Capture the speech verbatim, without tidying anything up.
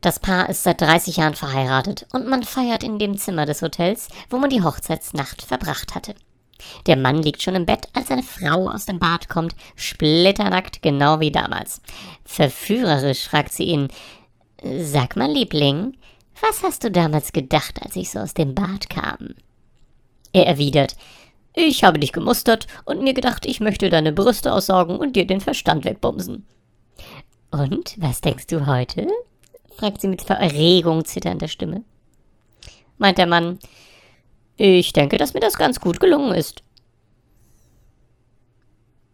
Das Paar ist seit dreißig Jahren verheiratet und man feiert in dem Zimmer des Hotels, wo man die Hochzeitsnacht verbracht hatte. Der Mann liegt schon im Bett, als eine Frau aus dem Bad kommt, splitternackt, genau wie damals. Verführerisch fragt sie ihn: »Sag mal, Liebling, was hast du damals gedacht, als ich so aus dem Bad kam?« Er erwidert: »Ich habe dich gemustert und mir gedacht, ich möchte deine Brüste aussaugen und dir den Verstand wegbumsen.« »Und, was denkst du heute?« fragt sie mit vor Erregung zitternder Stimme. Meint der Mann: »Ich denke, dass mir das ganz gut gelungen ist.«